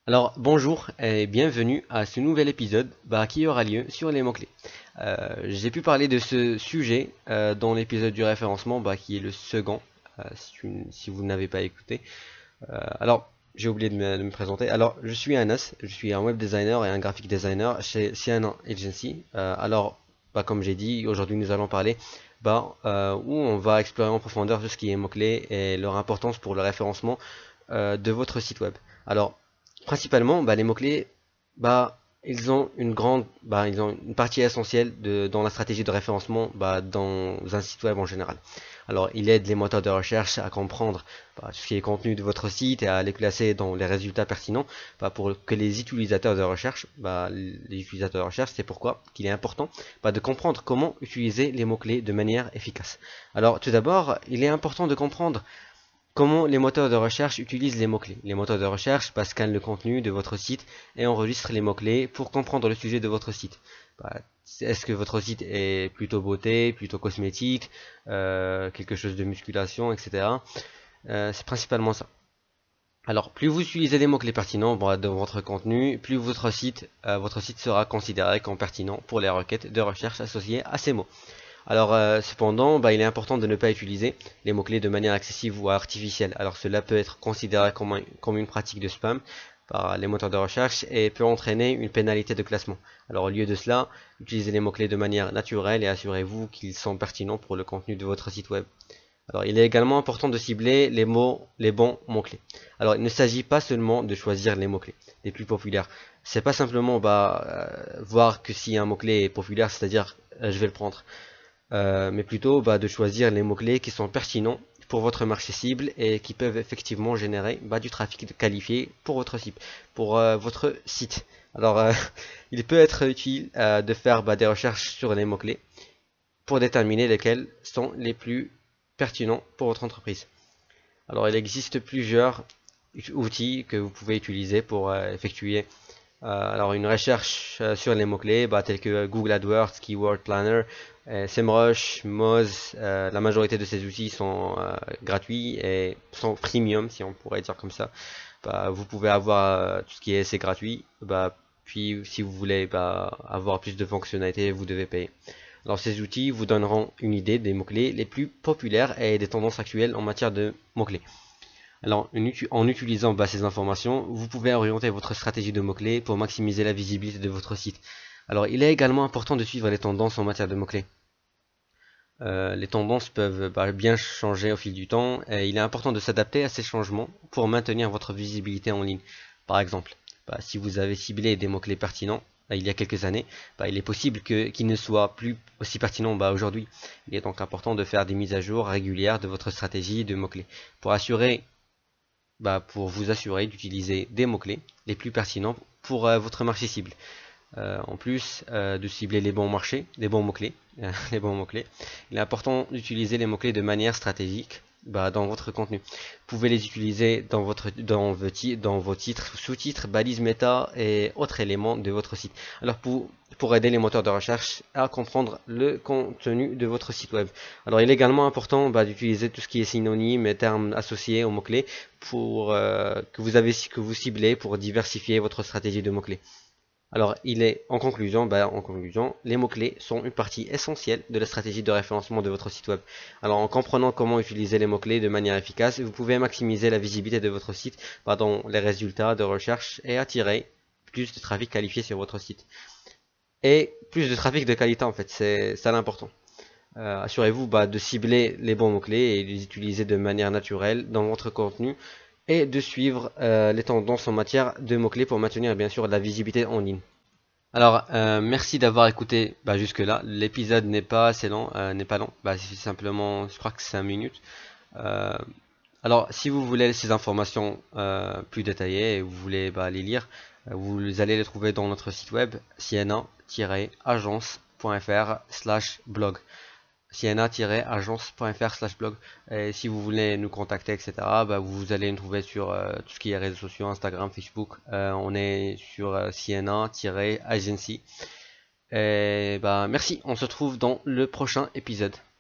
Alors bonjour et bienvenue à ce nouvel épisode qui aura lieu sur les mots-clés. J'ai pu parler de ce sujet dans l'épisode du référencement qui est le second, si vous n'avez pas écouté. Alors j'ai oublié de me présenter. Alors je suis Anas, je suis un web designer et un graphic designer chez Sienna Agency. Comme j'ai dit, aujourd'hui nous allons parler où on va explorer en profondeur tout ce qui est mots-clés et leur importance pour le référencement de votre site web. Alors, principalement, les mots-clés, ils ont une partie essentielle dans la stratégie de référencement dans un site web en général. Alors, il aide les moteurs de recherche à comprendre tout ce qui est contenu de votre site et à les classer dans les résultats pertinents pour que les utilisateurs de recherche, c'est pourquoi qu'il est important de comprendre comment utiliser les mots-clés de manière efficace. Alors, tout d'abord, il est important de comprendre comment les moteurs de recherche utilisent les mots-clés. Les moteurs de recherche scannent le contenu de votre site et enregistrent les mots-clés pour comprendre le sujet de votre site. Est-ce que votre site est plutôt beauté, plutôt cosmétique, quelque chose de musculation, etc. C'est principalement ça. Alors, plus vous utilisez les mots-clés pertinents dans votre contenu, plus votre site sera considéré comme pertinent pour les requêtes de recherche associées à ces mots. Alors, cependant, il est important de ne pas utiliser les mots-clés de manière excessive ou artificielle. Alors, cela peut être considéré comme une pratique de spam par les moteurs de recherche et peut entraîner une pénalité de classement. Alors, au lieu de cela, utilisez les mots-clés de manière naturelle et assurez-vous qu'ils sont pertinents pour le contenu de votre site web. Alors, il est également important de cibler les bons mots-clés. Alors, il ne s'agit pas seulement de choisir les mots-clés les plus populaires. C'est pas simplement voir que si un mot-clé est populaire, c'est-à-dire je vais le prendre. Mais plutôt de choisir les mots-clés qui sont pertinents pour votre marché cible et qui peuvent effectivement générer du trafic qualifié pour votre site. Alors, il peut être utile de faire des recherches sur les mots-clés pour déterminer lesquels sont les plus pertinents pour votre entreprise. Alors, il existe plusieurs outils que vous pouvez utiliser pour effectuer une recherche sur les mots-clés tels que Google AdWords, Keyword Planner, SEMrush, Moz. La majorité de ces outils sont gratuits et sont premium, si on pourrait dire comme ça. Vous pouvez avoir tout ce qui est essai gratuit. Puis si vous voulez avoir plus de fonctionnalités, vous devez payer. Alors ces outils vous donneront une idée des mots-clés les plus populaires et des tendances actuelles en matière de mots-clés. Alors, en utilisant ces informations, vous pouvez orienter votre stratégie de mots-clés pour maximiser la visibilité de votre site. Alors, il est également important de suivre les tendances en matière de mots-clés. Les tendances peuvent bien changer au fil du temps et il est important de s'adapter à ces changements pour maintenir votre visibilité en ligne. Par exemple, si vous avez ciblé des mots-clés pertinents il y a quelques années, il est possible qu'ils ne soient plus aussi pertinents aujourd'hui. Il est donc important de faire des mises à jour régulières de votre stratégie de mots-clés pour vous assurer d'utiliser des mots-clés les plus pertinents pour votre marché cible. En plus de cibler les bons marchés, les bons mots-clés, les bons mots-clés, il est important d'utiliser les mots-clés de manière stratégique dans votre contenu. Vous pouvez les utiliser dans vos titres, sous-titres, balises méta et autres éléments de votre site. Alors pour aider les moteurs de recherche à comprendre le contenu de votre site web. Alors il est également important d'utiliser tout ce qui est synonyme et termes associés aux mots-clés que vous ciblez pour diversifier votre stratégie de mots-clés. Alors, en conclusion, les mots-clés sont une partie essentielle de la stratégie de référencement de votre site web. Alors, en comprenant comment utiliser les mots-clés de manière efficace, vous pouvez maximiser la visibilité de votre site dans les résultats de recherche et attirer plus de trafic qualifié sur votre site. Et plus de trafic de qualité, en fait, c'est ça l'important. Assurez-vous de cibler les bons mots-clés et de les utiliser de manière naturelle dans votre contenu et de suivre les tendances en matière de mots-clés pour maintenir bien sûr la visibilité en ligne. Alors, merci d'avoir écouté jusque-là. L'épisode n'est pas assez long, n'est pas long. C'est simplement, je crois que c'est 5 minutes. Euh, alors, si vous voulez ces informations plus détaillées et vous voulez les lire, vous allez les trouver dans notre site web sienna-agence.fr/blog sienna-agence.fr/blog. Et si vous voulez nous contacter, etc., vous allez nous trouver sur tout ce qui est réseaux sociaux, Instagram, Facebook. On est sur sienna-agency. Et merci, on se retrouve dans le prochain épisode.